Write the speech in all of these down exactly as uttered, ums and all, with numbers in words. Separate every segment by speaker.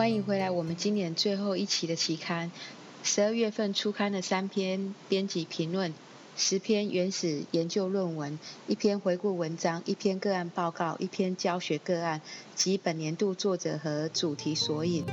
Speaker 1: 欢迎回来我们今年最后一期的期刊。十二月份出刊的三篇编辑评论，十篇原始研究论文，一篇回顾文章，一篇个案报告，一篇教学个案及本年度作者和主题索引。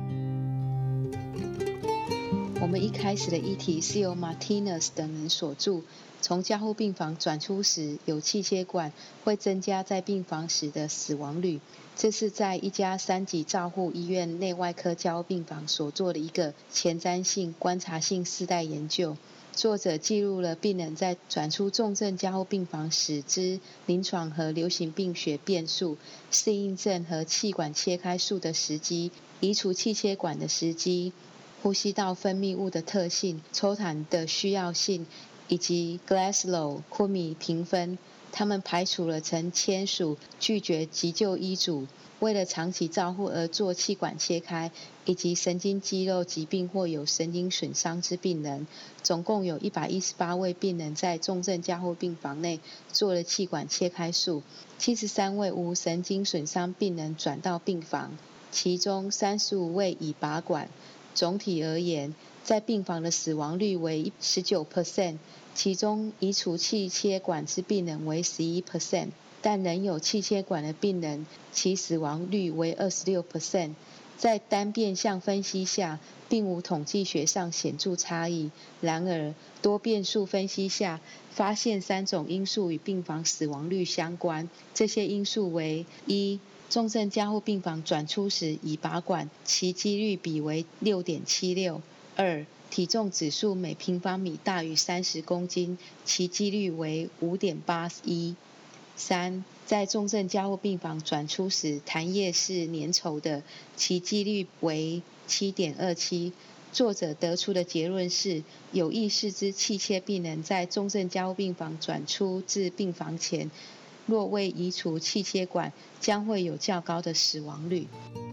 Speaker 1: 我们一开始的议题是由 Martinez 等人所著，从加护病房转出时有气切管会增加在病房时的死亡率。这是在一家三级照护医院内外科加护病房所做的一个前瞻性观察性世代研究。作者记录了病人在转出重症加护病房时之临床和流行病学变数、适应症和气管切开术的时机、移除气切管的时机、呼吸道分泌物的特性、抽痰的需要性以及 Glasgow 昆米评分。他们排除了曾签署拒绝急救医嘱、为了长期照护而做气管切开以及神经肌肉疾病或有神经损伤之病人。总共有一百一十八位病人在重症加护病房内做了气管切开术，七十三位无神经损伤病人转到病房，其中三十五位已拔管。总体而言，在病房的死亡率为 百分之十九， 其中移除气切管之病人为 百分之十一， 但仍有气切管的病人其死亡率为 百分之二十六。 在单变相分析下并无统计学上显著差异，然而多变数分析下发现三种因素与病房死亡率相关。这些因素为：一、重症加护病房转出时已拔管，其几率比为 六点七六。二、体重指数每平方米大于三十公斤，其几率为 五点八一。三、在重症加护病房转出时痰液是粘稠的，其几率为 七点二七。作者得出的结论是，有意识之气切病人在重症加护病房转出至病房前，若未移除气切管，将会有较高的死亡率。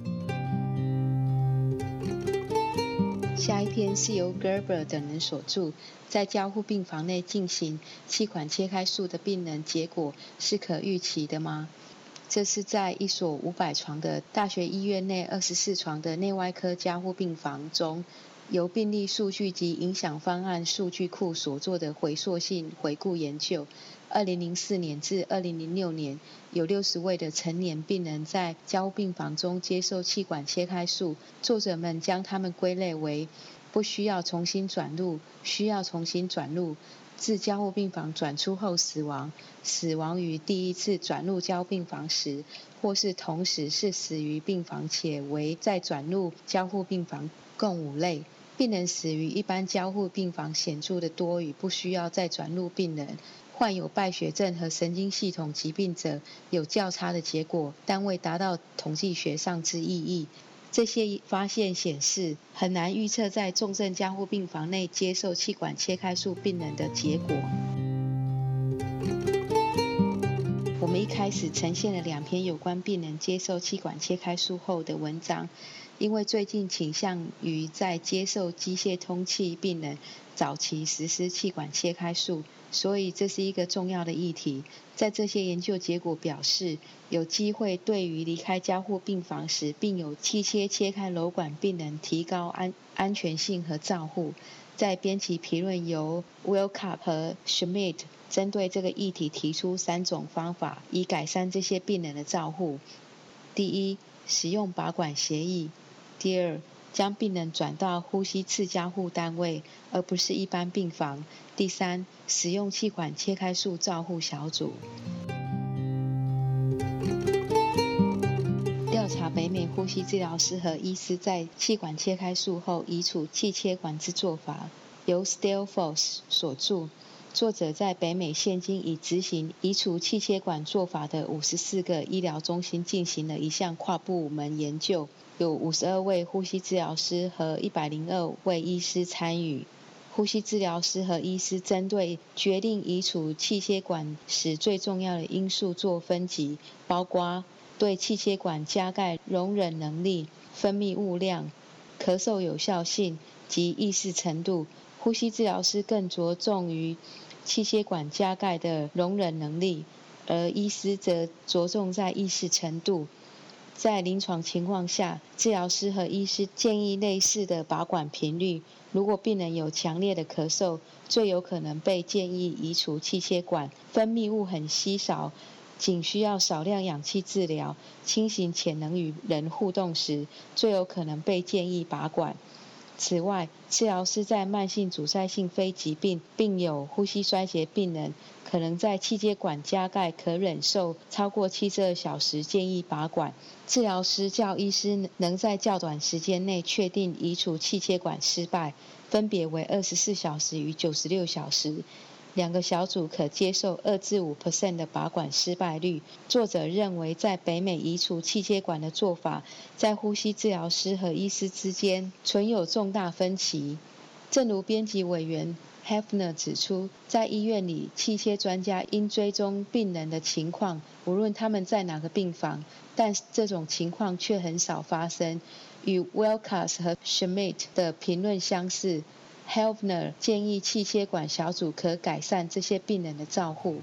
Speaker 1: 下一篇是由 Gerber 等人所著，在加护病房内进行气管切开术的病人结果是可预期的吗？这是在一所五百床的大学医院内二十四床的内外科加护病房中，由病例数据及影响方案数据库所做的回溯性回顾研究。二零零四年至二零零六年，有六十位的成年病人在加护病房中接受气管切开术。作者们将他们归类为不需要重新转入、需要重新转入、自加护病房转出后死亡、死亡于第一次转入加护病房时，或是同时是死于病房且为再转入加护病房，共五类。病人死于一般加护病房显著的多于不需要再转入病人。患有败血症和神经系统疾病者有较差的结果，但未达到统计学上之意义。这些发现显示，很难预测在重症加护病房内接受气管切开术病人的结果。我们一开始呈现了两篇有关病人接受气管切开术后的文章，因为最近倾向于在接受机械通气病人早期实施气管切开术，所以这是一个重要的议题。在这些研究结果表示，有机会对于离开加护病房时并有气切切开瘻管病人提高安安全性和照护。在编辑评论由 Wilcup 和 Schmidt 针对这个议题提出三种方法，以改善这些病人的照护。第一，使用拔管协议。第二，将病人转到呼吸次加护单位，而不是一般病房。第三，使用气管切开术照护小组。调查北美呼吸治疗师和医师在气管切开术后移除气切管之做法，由 Stelfoss 所著。作者在北美现今已执行移除气切管做法的五十四个医疗中心进行了一项跨部门研究，有五十二位呼吸治疗师和一百零二位医师参与。呼吸治疗师和医师针对决定移除气切管时最重要的因素做分级，包括对气切管加盖容忍能力、分泌物量、咳嗽有效性及意识程度。呼吸治疗师更着重于气切管加盖的容忍能力，而医师则着重在意识程度。 在临床情况下，治疗师和医师建议类似的拔管频率。如果病人有强烈的咳嗽，最有可能被建议移除气切管。分泌物很稀少，仅需要少量氧气治疗，轻型且能与人互动时，最有可能被建议拔管。此外，治疗师在慢性阻塞性非疾病并有呼吸衰竭病人，可能在气接管加盖可忍受超过七十二小时建议拔管。治疗师较医师能在较短时间内确定移除气切管失败，分别为二十四小时与九十六小时。两个小组可接受 百分之二至五 的拔管失败率。作者认为，在北美移除气切管的做法，在呼吸治疗师和医师之间存有重大分歧。正如编辑委员 Hefner 指出，在医院里，气切专家应追踪病人的情况，无论他们在哪个病房，但这种情况却很少发生。与 Wellcast 和 Schmidt 的评论相似。Hefner 建议气切管小组可改善这些病人的照护。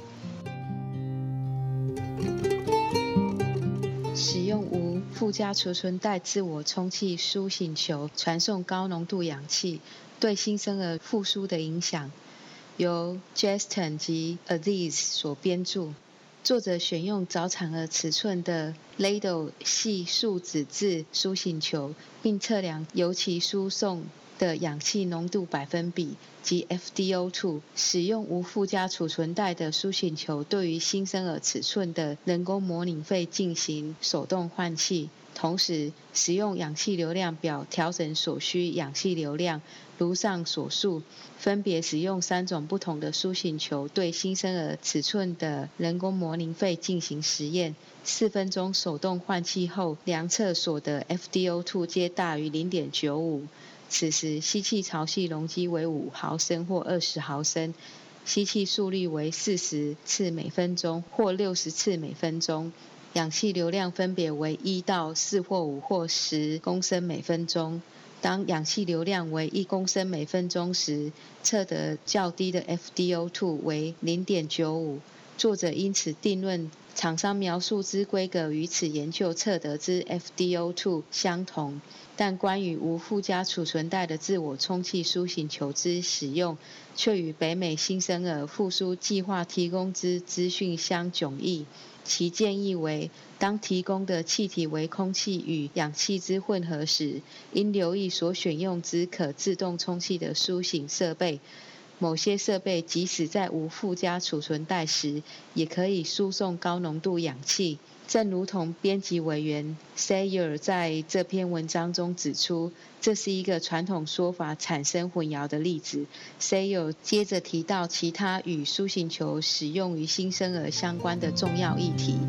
Speaker 1: 使用无附加储存带自我充气苏醒球传送高浓度氧气对新生儿复苏的影响，由 Justin 及 Aziz 所编著。作者选用早产儿尺寸的 Ladle 细树脂质苏醒球，并测量由其输送的氧气浓度百分比及 F D O 二， 使用无附加储存带的苏醒球对于新生儿尺寸的人工模拟肺进行手动换气，同时使用氧气流量表调整所需氧气流量。如上所述，分别使用三种不同的苏醒球对新生儿尺寸的人工模拟肺进行实验。四分钟手动换气后，量测所得 F D O 二 皆大于 零点九五。此时吸气潮气容积为五毫升或二十毫升，吸气速率为四十次每分钟或六十次每分钟，氧气流量分别为一到四或五或十公升每分钟。当氧气流量为一公升每分钟时，测得较低的 F D O 二 为 零点九五。作者因此定论厂商描述之规格与此研究测得之 F D O 二 相同，但关于无附加储存带的自我充气苏醒球之使用，却与北美新生儿复苏计划提供之资讯相迥异。其建议为，当提供的气体为空气与氧气之混合时，应留意所选用之可自动充气的苏醒设备。某些设备即使在无附加储存带时，也可以输送高浓度氧气。正如同编辑委员 Sayer 在这篇文章中指出，这是一个传统说法产生混淆的例子。Sayer 接着提到其他与苏醒球使用于新生儿相关的重要议题。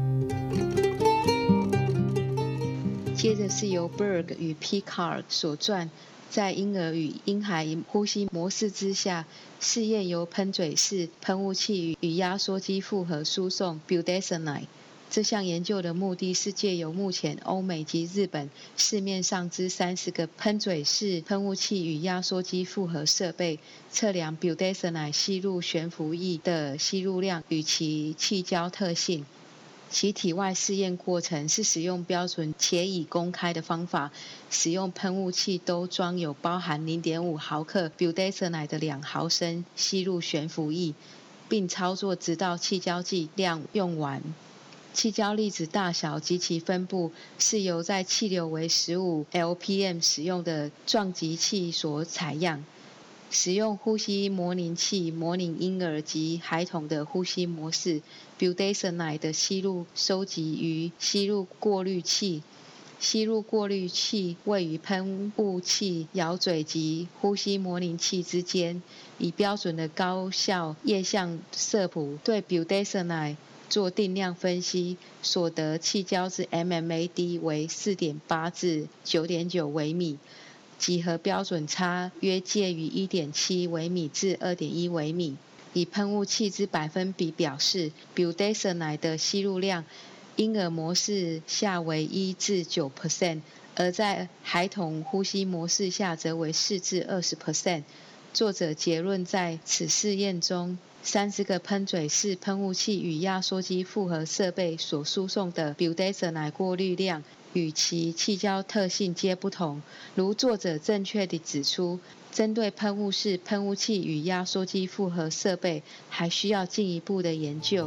Speaker 1: 接着是由 Berg 与 Picard 所撰，在婴儿与婴孩呼吸模式之下，试验由喷嘴式喷雾器与压缩机复合输送 budesonide。这项研究的目的是借由目前欧美及日本市面上之三十个喷嘴式喷雾器与压缩机复合设备，测量 budesonide 吸入悬浮液的吸入量与其气胶特性。其体外试验过程是使用标准且已公开的方法，使用喷雾器都装有包含 零点五毫克 budesonide 的两毫升吸入悬浮液，并操作直到气胶剂量用完。气胶粒子大小及其分布是由在气流为十五 L P M 使用的撞击器所采样。使用呼吸模拟器模拟婴儿及孩童的呼吸模式。budesonide 的吸入收集于吸入过滤器。吸入过滤器位于喷雾器咬嘴及呼吸模拟器之间，以标准的高效液相色谱对 budesonide 做定量分析，所得气胶之 M M A D 为 四点八 至 九点九 微米，几何标准差约介于 一点七 微米至 二点一 微米。以喷雾器之百分比表示， budesonide 的吸入量婴儿模式下为一至 百分之九， 而在孩童呼吸模式下则为四至 百分之二十。 作者结论在此试验中三十个喷嘴式喷雾器与压缩机复合设备所输送的 budesonide 过滤量与其气胶特性皆不同。如作者正确地指出，针对喷雾式喷雾器与压缩机复合设备还需要进一步的研究。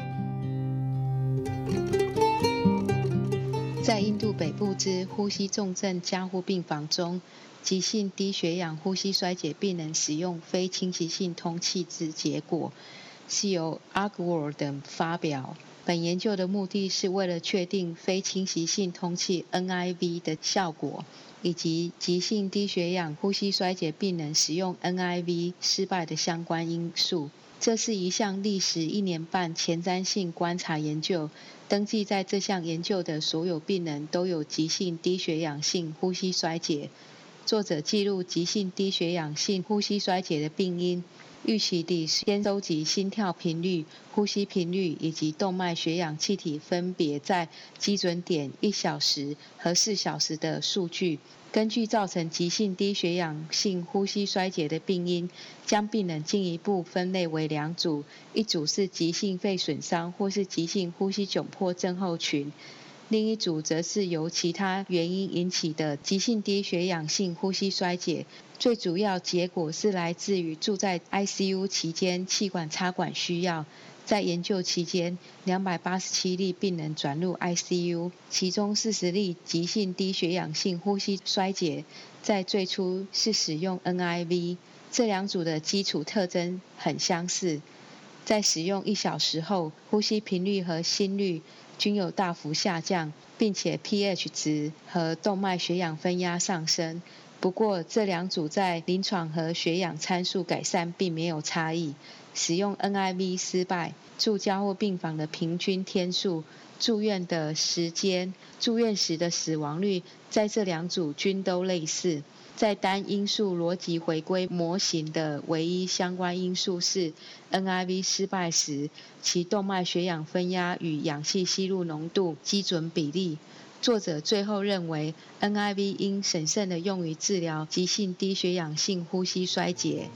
Speaker 1: 在印度北部之呼吸重症加护病房中，急性低血氧呼吸衰竭病人使用非侵袭性通气之结果，是由 Agarwal 等发表。本研究的目的是为了确定非侵袭性通气 N I V 的效果，以及急性低血氧呼吸衰竭病人使用 N I V 失败的相关因素。这是一项历时一年半前瞻性观察研究，登记在这项研究的所有病人都有急性低血氧性呼吸衰竭。作者记录急性低血氧性呼吸衰竭的病因，预期地先收集心跳频率、呼吸频率以及动脉血氧气体分别在基准点一小时和四小时的数据。根据造成急性低血氧性呼吸衰竭的病因，将病人进一步分类为两组，一组是急性肺损伤或是急性呼吸窘迫症候群，另一组则是由其他原因引起的急性低血氧性呼吸衰竭。最主要结果是来自于住在 I C U 期间气管插管需要。在研究期间，两百八十七例病人转入 I C U， 其中四十例急性低血氧性呼吸衰竭，在最初是使用 N I V。这两组的基础特征很相似，在使用一小时后，呼吸频率和心率均有大幅下降，并且 pH 值和动脉血氧分压上升。不过，这两组在临床和血氧参数改善并没有差异。使用 N I V 失败，住加护病房的平均天数、住院的时间、住院时的死亡率，在这两组均都类似。在单因素逻辑回归模型的唯一相关因素是 N I V 失败时，其动脉血氧分压与氧气吸入浓度基准比例。作者最后认为 N I V 应审慎地用于治疗急性低血氧性呼吸衰竭。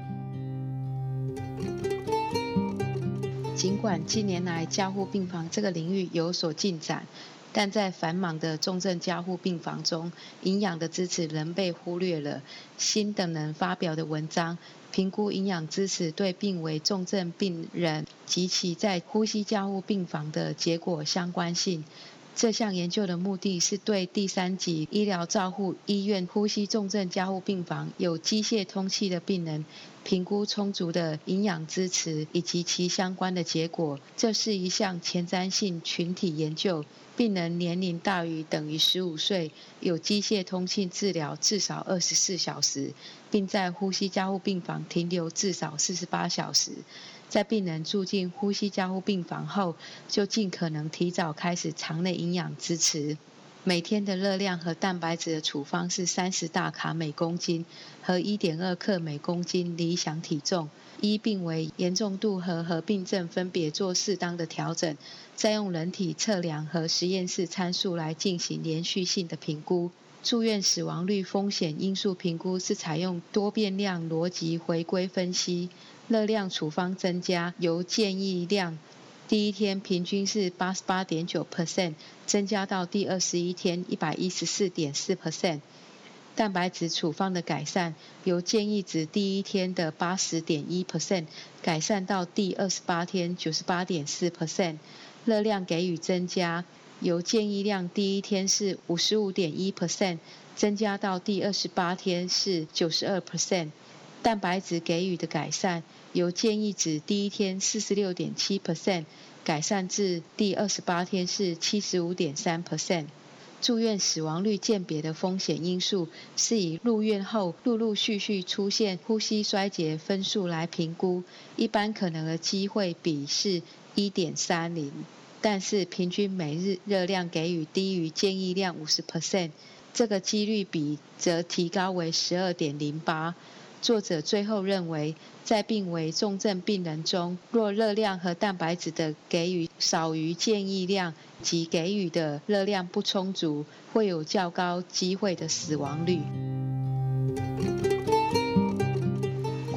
Speaker 1: 尽管近年来加护病房这个领域有所进展，但在繁忙的重症加护病房中，营养的支持仍被忽略了。辛等人发表的文章评估营养支持对病危重症病人及其在呼吸加护病房的结果相关性。这项研究的目的是对第三级医疗照护医院呼吸重症加护病房有机械通气的病人评估充足的营养支持以及其相关的结果。这是一项前瞻性群体研究，病人年龄大于等于十五岁，有机械通气治疗至少二十四小时，并在呼吸加护病房停留至少四十八小时。在病人住进呼吸加护病房后，就尽可能提早开始肠内营养支持。每天的热量和蛋白质的处方是三十大卡每公斤和 一点二克每公斤理想体重，依病危严重度和合并症分别做适当的调整，再用人体测量和实验室参数来进行连续性的评估。住院死亡率风险因素评估是采用多变量逻辑回归分析，热量处方增加由建议量第一天平均是 八十八点九 percent 增加到第二十一天 一百一十四点四 percent。 蛋白质处方的改善由建议值第一天的 八十点一 percent 改善到第二十八天 九十八点四 percent。 热量给予增加由建议量第一天是 五十五点一 percent 增加到第二十八天是 九十二 percent。 蛋白质给予的改善由建议值第一天 四十六点七 percent 改善至第二十八天是 七十五点三 percent。 住院死亡率鉴别的风险因素是以入院后陆陆续续出现呼吸衰竭分数来评估，一般可能的机会比是 一点三零，但是平均每日热量给予低于建议量 百分之五十， 这个几率比则提高为 十二点零八。 作者最后认为，在病危重症病人中，若热量和蛋白质的给予少于建议量及给予的热量不充足，会有较高机会的死亡率。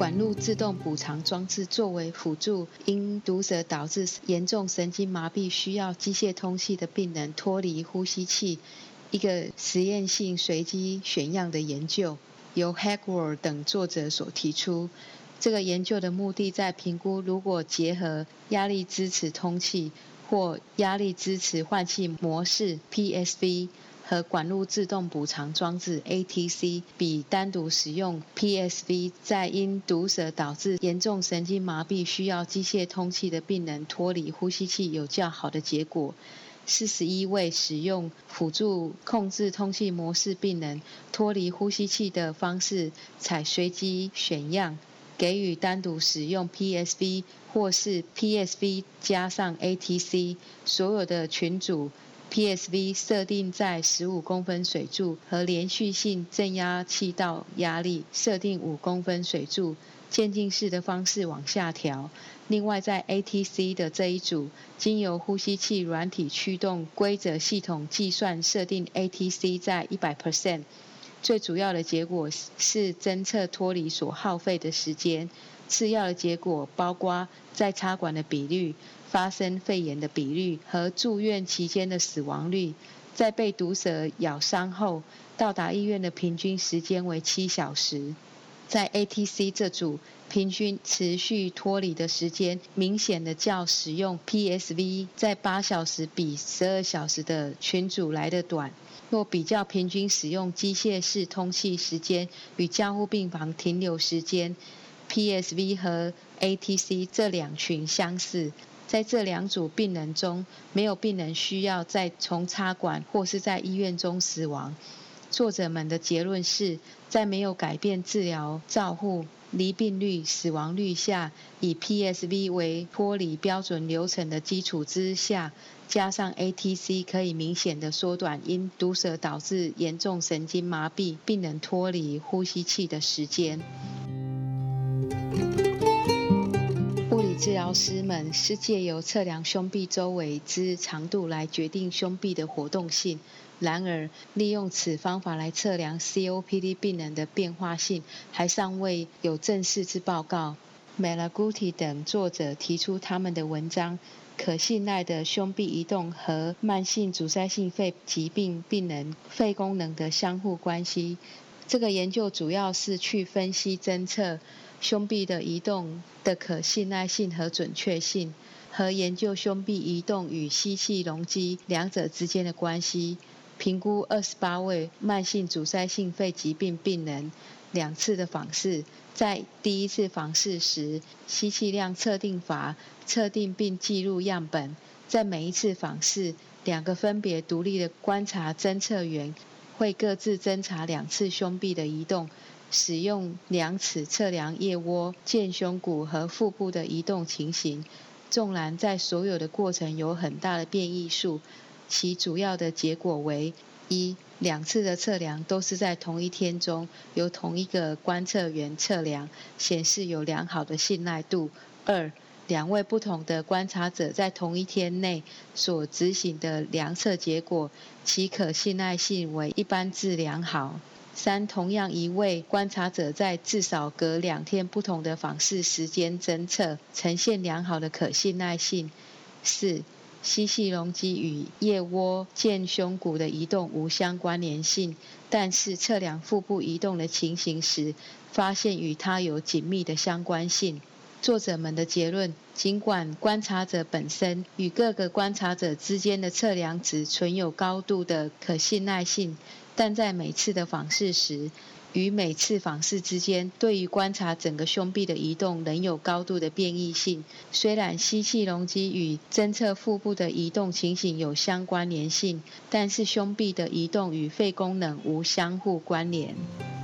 Speaker 1: 管路自动补偿装置作为辅助，因毒蛇导致严重神经麻痹需要机械通气的病人脱离呼吸器，一个实验性随机选样的研究，由 Hagward 等作者所提出。这个研究的目的在评估如果结合压力支持通气或压力支持换气模式 P S V 和管路自动补偿装置 A T C 比单独使用 P S V 在因毒蛇导致严重神经麻痹需要机械通气的病人脱离呼吸器有较好的结果。四十一位使用辅助控制通气模式病人脱离呼吸器的方式采随机选样，给予单独使用 P S V 或是 P S V 加上 A T C， 所有的群组P S V 设定在十五公分水柱和连续性正压气道压力设定五公分水柱，渐进式的方式往下调。另外在 A T C 的这一组，经由呼吸器软体驱动规则系统计算设定 A T C 在 百分之百。最主要的结果是侦测脱离所耗费的时间，次要的结果包括在插管的比率、发生肺炎的比率和住院期间的死亡率。在被毒蛇咬伤后，到达医院的平均时间为七小时。在 A T C 这组，平均持续脱离的时间明显的较使用 P S V 在八小时比十二小时的群组来得短。若比较平均使用机械式通气时间与加护病房停留时间， P S V 和 A T C 这两群相似。在这两组病人中，没有病人需要再从插管或是在医院中死亡。作者们的结论是，在没有改变治疗照护、离病率、死亡率下，以 P S V 为脱离标准流程的基础之下，加上 A T C 可以明显的缩短因毒蛇导致严重神经麻痹病人脱离呼吸器的时间。物理治疗师们是借由测量胸壁周围之长度来决定胸壁的活动性。然而，利用此方法来测量 C O P D 病人的变化性还尚未有正式之报告。Malaguti 等作者提出他们的文章可信赖的胸壁移动和慢性阻塞性肺疾病病人肺功能的相互关系。这个研究主要是去分析侦测胸壁的移动的可信赖性和准确性，和研究胸壁移动与吸气容积两者之间的关系。评估二十八位慢性阻塞性肺疾病病人两次的访视，在第一次访视时，吸气量测定法测定并记录样本。在每一次访视，两个分别独立的观察侦测员会各自侦查两次胸壁的移动，使用量尺测量腋窝、剑胸骨和腹部的移动情形。纵然在所有的过程有很大的变异数，其主要的结果为：一、两次的测量都是在同一天中由同一个观测员测量，显示有良好的信赖度；二、两位不同的观察者在同一天内所执行的量测结果，其可信赖性为一般至良好；三、同样一位观察者在至少隔两天不同的访视时间侦测，呈现良好的可信赖性；四、吸气容积与腋窝、剑胸骨的移动无相关联性，但是测量腹部移动的情形时，发现与它有紧密的相关性。作者们的结论：尽管观察者本身与各个观察者之间的测量值存有高度的可信赖性，但在每次的访视时，与每次访视之间对于观察整个胸壁的移动仍有高度的变异性。虽然吸气容积与侦测腹部的移动情形有相关联性，但是胸壁的移动与肺功能无相互关联。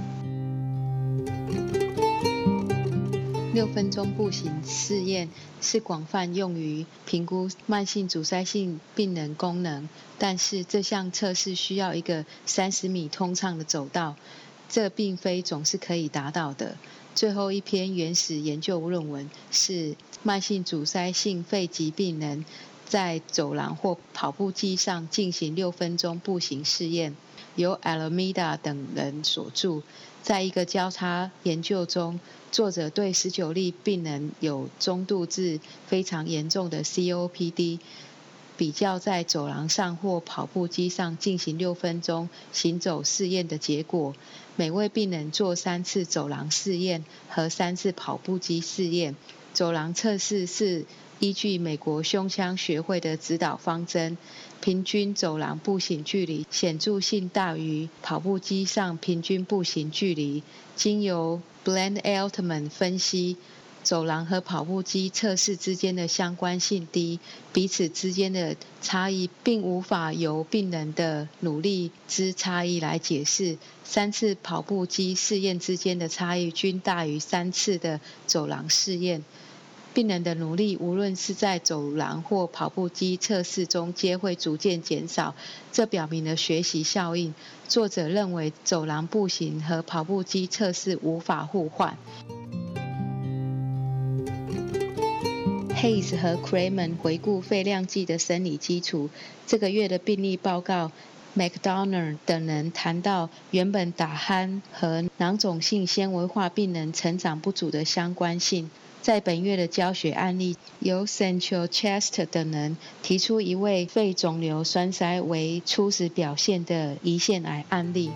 Speaker 1: 六分钟步行试验是广泛用于评估慢性阻塞性病人功能，但是这项测试需要一个三十米通畅的走道，这并非总是可以达到的。最后一篇原始研究论文是慢性阻塞性肺疾病人在走廊或跑步机上进行六分钟步行试验。 由 Alameda 等人所著。在一个交叉研究中，作者对十九例病人有中度至非常严重的 C O P D， 比较在走廊上或跑步机上进行六分钟行走试验的结果。每位病人做三次走廊试验和三次跑步机试验。走廊测试是依据美国胸腔学会的指导方针，平均走廊步行距离显著性大于跑步机上平均步行距离。经由 Bland-Altman 分析，走廊和跑步机测试之间的相关性低，彼此之间的差异并无法由病人的努力之差异来解释。三次跑步机试验之间的差异均大于三次的走廊试验。病人的努力无论是在走廊或跑步机测试中皆会逐渐减少，这表明了学习效应。作者认为走廊步行和跑步机测试无法互换。Hayes 和 Kramer 回顾肺量计的生理基础。这个月的病例报告， McDonough 等人谈到原本打鼾和囊肿性纤维化病人成长不足的相关性。在本月的教学案例，由 Sancho-Chester 等人提出一位肺肿瘤栓塞为初始表现的胰腺癌案例。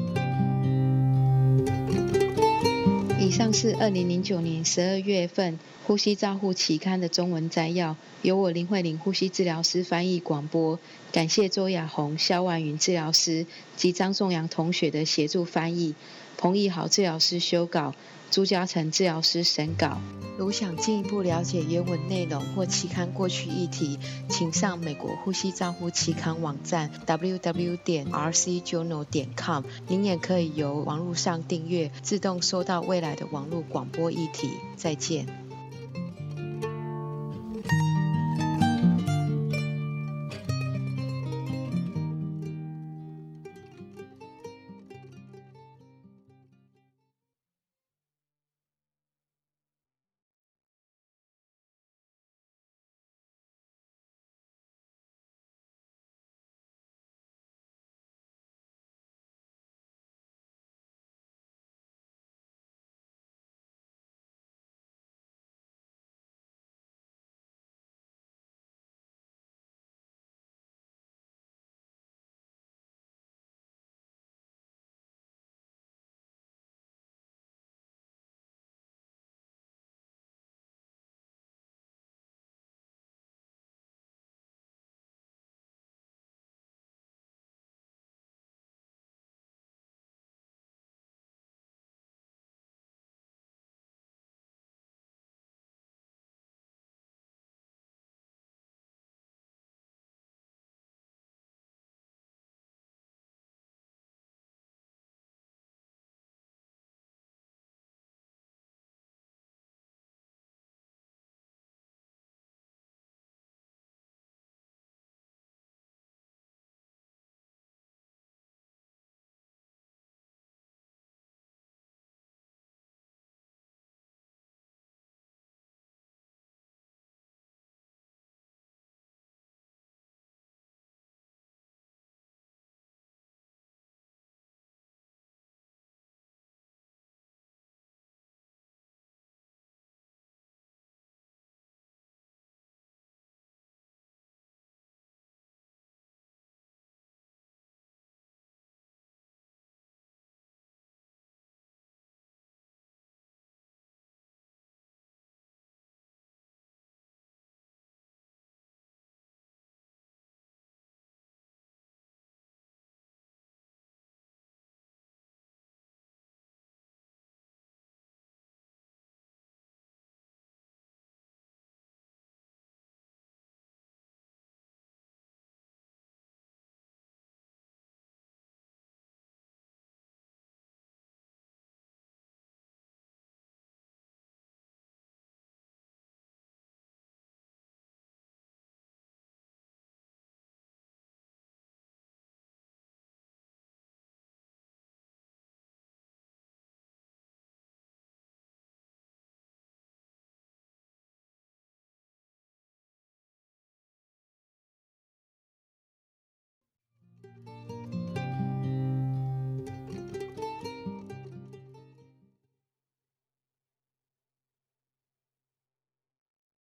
Speaker 1: 以上是二零零九年十二月份呼吸照护期刊的中文摘要，由我林慧玲呼吸治疗师翻译广播。感谢周雅红、萧婉云治疗师及张仲阳同学的协助翻译，彭义豪治疗师修稿，朱嘉诚治疗师审稿。如想进一步了解原文内容或期刊过去议题，请上美国呼吸照护期刊网站 double-u double-u double-u 点 r c journal 点 com。您也可以由网络上订阅，自动收到未来的网络广播议题。再见。